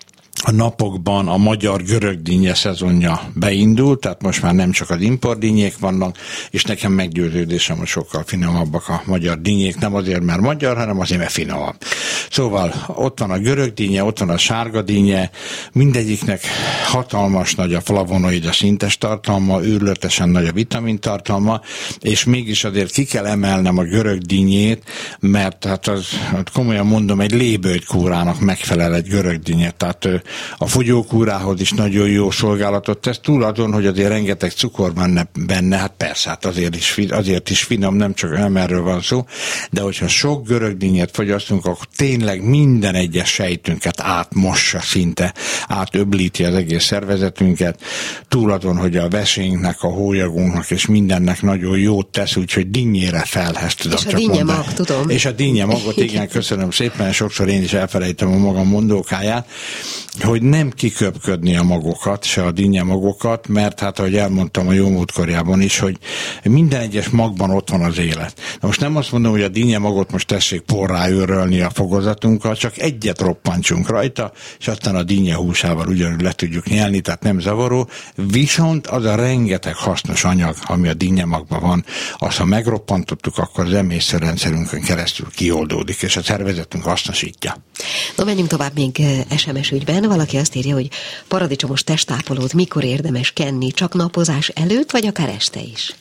napokban a magyar görögdínnye szezonja beindult, tehát most már nem csak az importdínyék vannak, és nekem meggyőződésem, hogy sokkal finomabbak a magyar dínyék, nem azért, mert magyar, hanem azért, mert finomabb. Szóval ott van a görögdínnye, ott van a sárgadínnye, mindegyiknek hatalmas nagy a flavonoid, a szintes tartalma, őrületesen nagy a vitamintartalma, és mégis azért ki kell emelnem a görögdínyét, mert hát az, komolyan mondom, egy lébölgykúrának megfelel egy görögdínnye, tehát a fogyókúrához is nagyon jó szolgálatot tesz, túl azon, hogy azért rengeteg cukor van benne, hát persze, hát azért is finom, nem csak erről van szó, de hogyha sok görögdínyet fogyasztunk, akkor tényleg minden egyes sejtünket átmossa szinte, átöblíti az egész szervezetünket, túl azon, hogy a vesénknek, a hólyagunknak és mindennek nagyon jót tesz, úgyhogy dinnyére felhez tudom csak mondani. És a dinnye mag, tudom. És a dinnye magot, igen, köszönöm szépen, sokszor én is elfelejtem a magam mondókáját, hogy nem kiköpködni a magokat, se a dinnye magokat, mert hát, ahogy elmondtam a jó múltkorjában is, hogy minden egyes magban ott van az élet. Na most nem azt mondom, hogy a dinnye magot most tessék porrá őrölni a fogazatunkkal, csak egyet roppantsunk rajta, és aztán a dinnye húsával ugyanúgy le tudjuk nyelni, tehát nem zavaró, viszont az a rengeteg hasznos anyag, ami a dinnye magban van, azt ha megroppantottuk, akkor az emésztőrendszerünkön keresztül kioldódik, és a szervezetünk hasznosítja. Na, menjünk tovább még SMS ügyben. Valaki azt írja, hogy paradicsomos testápolót mikor érdemes kenni, csak napozás előtt, vagy akár este is?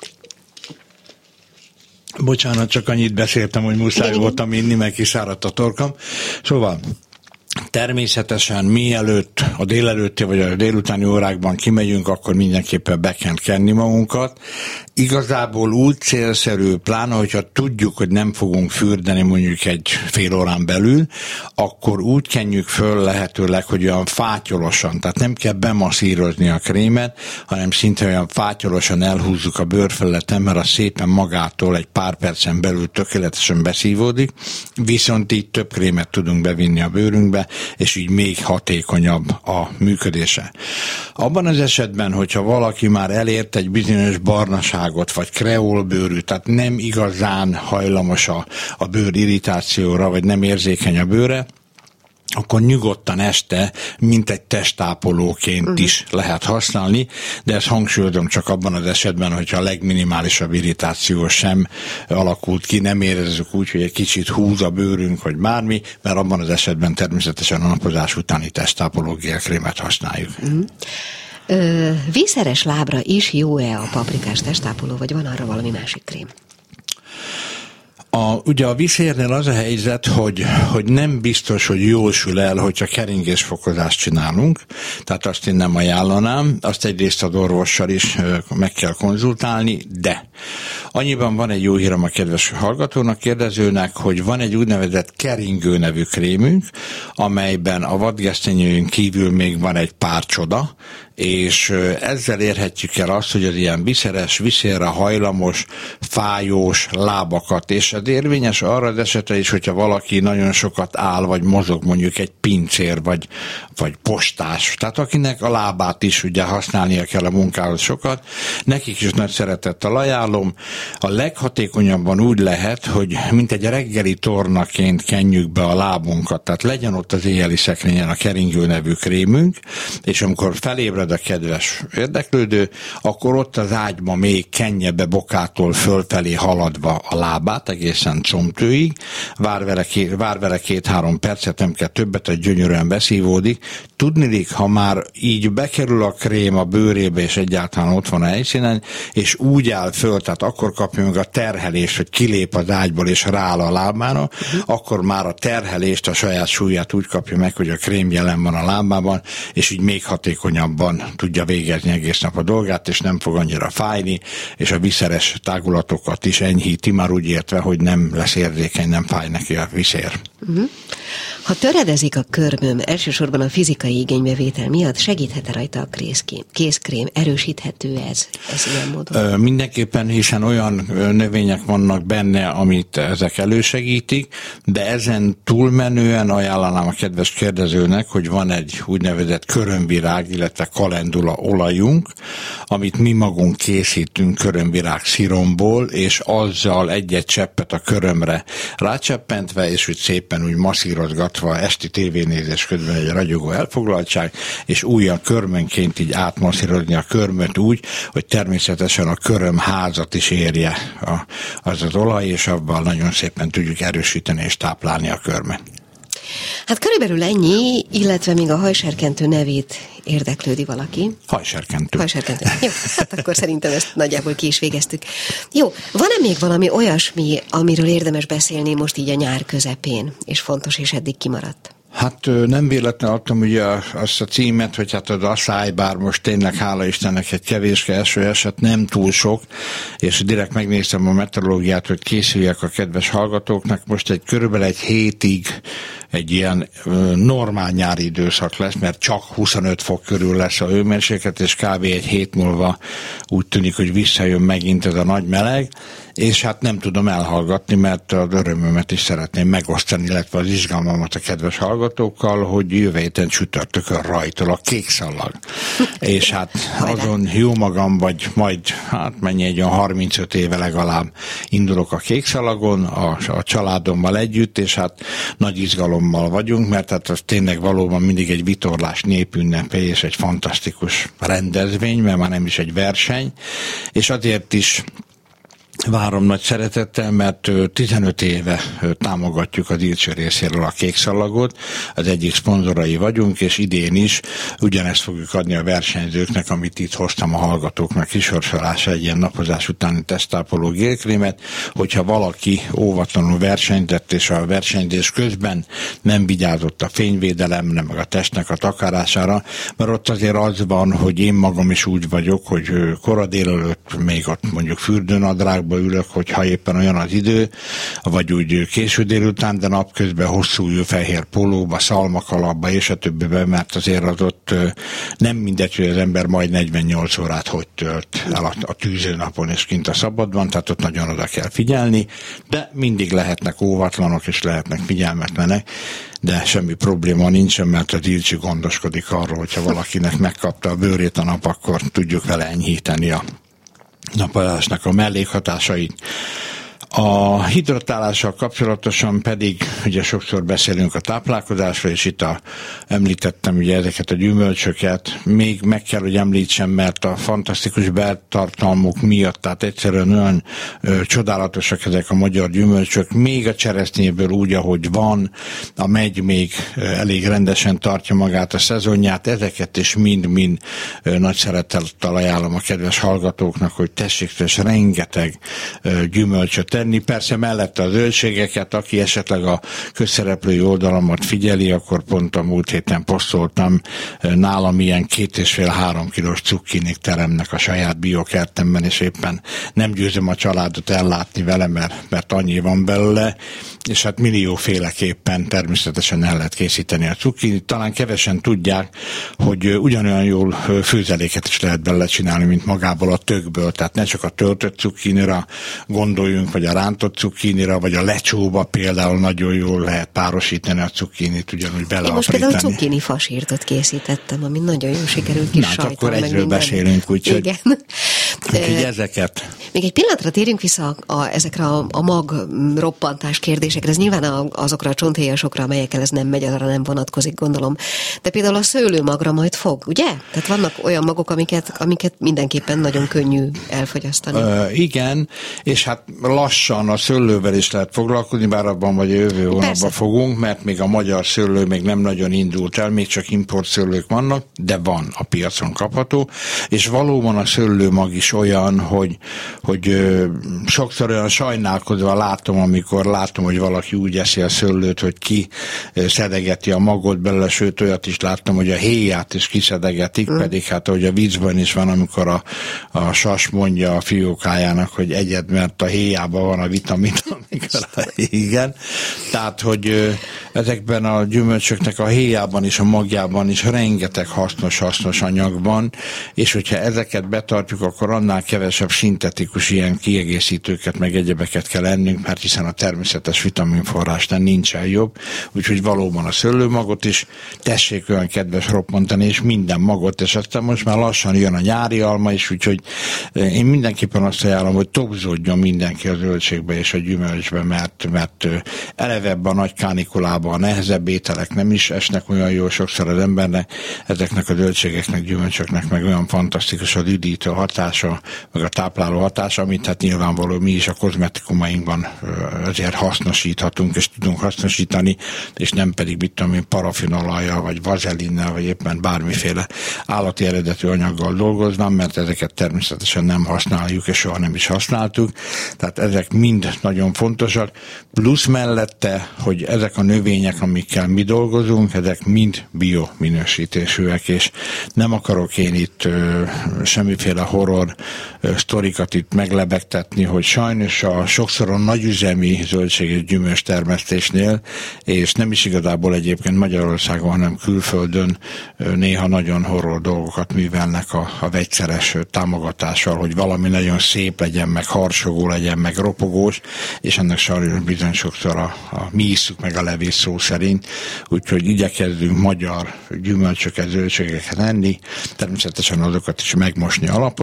Bocsánat, csak annyit beszéltem, hogy muszáj voltam inni, meg kiszáradt a torkam. Szóval Természetesen mielőtt a délelőtti vagy a délutáni órákban kimegyünk, akkor mindenképpen be kell kenni magunkat. Igazából úgy célszerű, pláne, hogyha tudjuk, hogy nem fogunk fürdeni mondjuk egy fél órán belül, akkor úgy kenjük föl lehetőleg, hogy olyan fátyolosan, tehát nem kell bemasszírozni a krémet, hanem szinte olyan fátyolosan elhúzzuk a bőrfelületen, mert az szépen magától egy pár percen belül tökéletesen beszívódik, viszont így több krémet tudunk bevinni a bőrünkbe, és így még hatékonyabb a működése. Abban az esetben, hogyha valaki már elért egy bizonyos barnaságot, vagy kreolbőrű, tehát nem igazán hajlamos a bőr irritációra, vagy nem érzékeny a bőre, akkor nyugodtan este, mint egy testápolóként is lehet használni, de ezt hangsúlyozom csak abban az esetben, hogyha a legminimálisabb irritáció sem alakult ki, nem érezzük úgy, hogy egy kicsit húz a bőrünk, vagy bármi, mert abban az esetben természetesen a napozás utáni testápoló gélkrémet használjuk. Vízszeres lábra is jó-e a paprikás testápoló, vagy van arra valami másik krém? Ugye a viszérnél az a helyzet, hogy nem biztos, hogy jól sül el, hogyha keringésfokozást csinálunk, tehát azt én nem ajánlanám, azt egyrészt az orvossal is meg kell konzultálni, de annyiban van egy jó hírem a kedves hallgatónak, kérdezőnek, hogy van egy úgynevezett keringő nevű krémünk, amelyben a vadgesztenyőjön kívül még van egy pár csoda, és ezzel érhetjük el azt, hogy az ilyen viszérre hajlamos, fájós lábakat, és ez érvényes arra az esetre is, hogyha valaki nagyon sokat áll, vagy mozog, mondjuk egy pincér, vagy postás, tehát akinek a lábát is ugye használnia kell a munkához sokat, nekik is nagy szeretettel ajánlom. A leghatékonyabban úgy lehet, hogy mint egy reggeli tornaként kenjük be a lábunkat, tehát legyen ott az éjjeli szekrényen a keringő nevű krémünk, és amikor felébred a kedves érdeklődő, akkor ott az ágyba még kenje be bokától fölfelé haladva a lábát, egészen combtőig, vár vele 2-3 percet, nem kell többet, hogy gyönyörűen beszívódik. Tudniillik, ha már így bekerül a krém a bőrébe, és egyáltalán ott van a helyszínen, és úgy áll föl, tehát akkor kapja meg a terhelést, hogy kilép az ágyból, és rááll a lábára, akkor már a terhelést, a saját súlyát úgy kapja meg, hogy a krém jelen van a lábában, és így még hatékonyabban tudja végezni egész nap a dolgát, és nem fog annyira fájni, és a viszeres tágulatokat is enyhíti, már úgy értve, hogy nem lesz érzékeny, nem fáj neki a viszér. Ha töredezik a körmöm, elsősorban a fizikai igénybevétel miatt, segíthet-e rajta a kézkrém? Erősíthető ez ilyen módon? Mindenképpen, hiszen olyan növények vannak benne, amit ezek elősegítik, de ezen túlmenően ajánlanám a kedves kérdezőnek, hogy van egy úgynevezett körömvirág, illetve kalendula olajunk, amit mi magunk készítünk körömvirág sziromból, és azzal egy-egy cseppet a körömre rácseppentve, és úgy szépen úgy masszírozgatva, esti tévénézés közben egy ragyogó elfoglaltság, és újra körmönként így átmasszírozni a körmöt úgy, hogy természetesen a körömházat is érje az olaj, és abban nagyon szépen tudjuk erősíteni és táplálni a körmet. Hát körülbelül ennyi, illetve még a hajserkentő nevét érdeklődi valaki. Hajserkentő. Jó, hát akkor szerintem ezt nagyjából ki is végeztük. Jó, van-e még valami olyasmi, amiről érdemes beszélni most így a nyár közepén, és fontos, és eddig kimaradt? Hát nem véletlenül adtam ugye azt a címet, hogy hát az asszály, bár most tényleg hála Istennek egy kevéske eső eset, nem túl sok, és direkt megnéztem a meteorológiát, hogy készüljek a kedves hallgatóknak. Most körülbelül egy hétig egy ilyen normál nyári időszak lesz, mert csak 25 fok körül lesz a hőmérséklet, és kb. Egy hét múlva úgy tűnik, hogy visszajön megint ez a nagy meleg, és hát nem tudom elhallgatni, mert az örömömet is szeretném megosztani, illetve az izgalmamat a kedves hallgatókkal, hogy jövő héten csütörtökön rajtol a kékszalag. És hát azon jó magam, vagy majd, hát mennyi egy olyan 35 éve legalább indulok a kékszalagon, a családommal együtt, és hát nagy izgalommal vagyunk, mert hát az tényleg valóban mindig egy vitorlás népünnepe, és egy fantasztikus rendezvény, mert már nem is egy verseny, és azért is várom nagy szeretettel, mert 15 éve támogatjuk a Dilcső részéről a Kékszalagot, az egyik szponzorai vagyunk, és idén is ugyanezt fogjuk adni a versenyzőknek, amit itt hoztam a hallgatóknak kisorsolása, egy ilyen napozás utáni tesztápoló gélkrémet, hogyha valaki óvatlanul versenyzett, és a versenyzés közben nem vigyázott a fényvédelemre, meg a testnek a takarására, mert ott azért az van, hogy én magam is úgy vagyok, hogy kora délelőtt még ott mondjuk fürdőnadrágban ülök, hogyha éppen olyan az idő, vagy úgy késő délután, de napközben hosszú fehér pólóba, szalmakalapba és a többiben, mert azért az ott nem mindegy, hogy az ember majd 48 órát hogy tölt el a tűzőnapon és kint a szabadban, tehát ott nagyon oda kell figyelni, de mindig lehetnek óvatlanok és lehetnek figyelmetlenek, de semmi probléma nincsen, mert a Dilcsi gondoskodik arról, hogyha valakinek megkapta a bőrét a nap, akkor tudjuk vele enyhíteni a napozásnak a mellékhatásait. A hidratálással kapcsolatosan pedig ugye sokszor beszélünk a táplálkozásról, és itt említettem ugye ezeket a gyümölcsöket, még meg kell, hogy említsem, mert a fantasztikus beltartalmuk miatt, tehát egyszerűen olyan csodálatosak ezek a magyar gyümölcsök, még a cseresznyéből úgy, ahogy van, a megy még elég rendesen tartja magát a szezonját, ezeket is mind-mind nagy szeretettel ajánlom a kedves hallgatóknak, hogy tessék, és rengeteg gyümölcsöt tenni. Persze mellette a zöldségeket, aki esetleg a közszereplői oldalamat figyeli, akkor pont a múlt héten posztoltam, nálam ilyen 2,5-3 kilós cukkinik teremnek a saját biokertemben, és éppen nem győzöm a családot ellátni vele, mert annyi van belőle, és hát millióféleképpen természetesen el lehet készíteni a cukkinit. Talán kevesen tudják, hogy ugyanolyan jól főzeléket is lehet belőle csinálni, mint magából a tökből, tehát ne csak a töltött cukkinira gondoljunk, vagy a rántott cukkinira, vagy a lecsóba például nagyon jól lehet párosítani a cukkinit, ugyanúgy beleaprítani. Én most például cukkini fasírtot készítettem, ami nagyon jól sikerült kis sajton. Akkor egyről beszélünk, úgyhogy ezeket. Még egy pillanatra térjünk vissza ezekre a mag roppantás kérdésekre. Ez nyilván azokra a csonthéjasokra, amelyekkel ez nem megy, arra nem vonatkozik, gondolom. De például a szőlőmagra majd fog, ugye? Tehát vannak olyan magok, amiket mindenképpen nagyon könnyű elfogyasztani. Igen, és hát lassan a szőlővel is lehet foglalkozni, bár abban vagy a jövő hónapban fogunk, mert még a magyar szőlő még nem nagyon indult el, még csak importszőlők vannak, de van, a piacon kapható, és valóban a szőlőmag is olyan, hogy sokszor olyan sajnálkozva amikor látom, hogy valaki úgy eszi a szőlőt, hogy ki szedegeti a magot belőle, sőt olyat is láttam, hogy a héját is kiszedegetik, pedig hát ahogy a viccben is van, amikor a sas mondja a fiókájának, hogy egyed, mert a héjában van a vitamin, igen. Tehát, hogy ezekben a gyümölcsöknek a héjában és a magjában is rengeteg hasznos anyag van, és hogyha ezeket betartjuk, akkor annál kevesebb szintetikus ilyen kiegészítőket, meg egyebeket kell ennünk, mert hiszen a természetes vitaminforrásnál nincsen jobb, úgyhogy valóban a szőlőmagot is tessék olyan kedves roppantani, és minden magot, és aztán most már lassan jön a nyári alma is, úgyhogy én mindenképpen azt ajánlom, hogy tobzódjon mindenki a zöldségbe és a gyümölcsbe, mert eleve ebben a nagy kánikulában a nehezebb ételek nem is esnek olyan jól sokszor az embernek, ezeknek a zöldségeknek, gyümölcsöknek meg olyan fantasztikus az üdítő hatása, meg a tápláló hatása, amit hát nyilvánvaló mi is a kozmetikumainkban azért hasznosíthatunk, és tudunk hasznosítani, és nem pedig mit tudom én, parafinolajjal, vagy vazelinnel, vagy éppen bármiféle állati eredetű anyaggal dolgoznám, mert ezeket természetesen nem használjuk, és soha nem is használtuk. Tehát ezek mind nagyon fontosak. Plusz mellette, hogy ezek a növények, amikkel mi dolgozunk, ezek mind biominősítésűek, és nem akarok én itt semmiféle horror sztorikat itt meglebegtetni, hogy sajnos sokszor a nagyüzemi zöldség és gyümölcs termesztésnél, és nem is igazából egyébként Magyarországon, hanem külföldön néha nagyon horror dolgokat művelnek a vegyszeres támogatással, hogy valami nagyon szép legyen, meg harsogó legyen, meg ropogós, és ennek sajnos bizony sokszor mi isszuk meg a levés szó szerint, úgyhogy igyekezzünk magyar gyümölcsöket, zöldségeket enni, természetesen azokat is megmosni alaposan,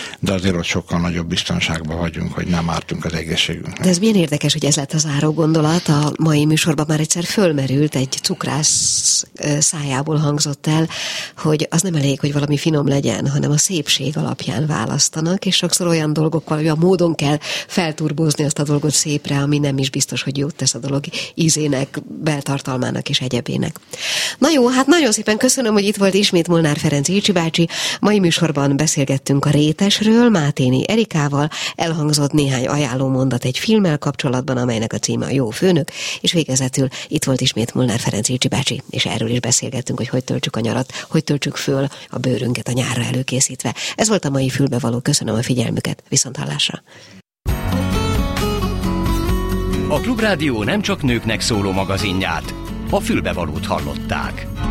de azért ott sokkal nagyobb biztonságban vagyunk, hogy nem ártunk az egészségünknek. De ez milyen érdekes, hogy ez lett a záró gondolat. A mai műsorban már egyszer fölmerült, egy cukrász szájából hangzott el, hogy az nem elég, hogy valami finom legyen, hanem a szépség alapján választanak, és sokszor olyan dolgokkal, olyan módon kell felturbózni azt a dolgot szépre, ami nem is biztos, hogy jót tesz a dolog ízének, beltartalmának és egyebének. Na jó, hát nagyon szépen köszönöm, hogy itt volt ismét Molnár Ferenc Ilcsi bácsi. Mai műsorban beszélgettünk a rétesről, Máténi Erikával, elhangzott néhány ajánlómondat egy filmmel kapcsolatban, amelynek a címe a Jó főnök, és végezetül itt volt ismét Molnár Ferenc Ilcsi bácsi, és erről is beszélgettünk, hogy töltsük a nyarat, hogy töltsük föl a bőrünket a nyárra előkészítve. Ez volt a mai Fülbevaló. Köszönöm a figyelmüket, viszonthallásra. A Klubrádió nem csak nőknek szóló magazinját, a Fülbevalót hallották.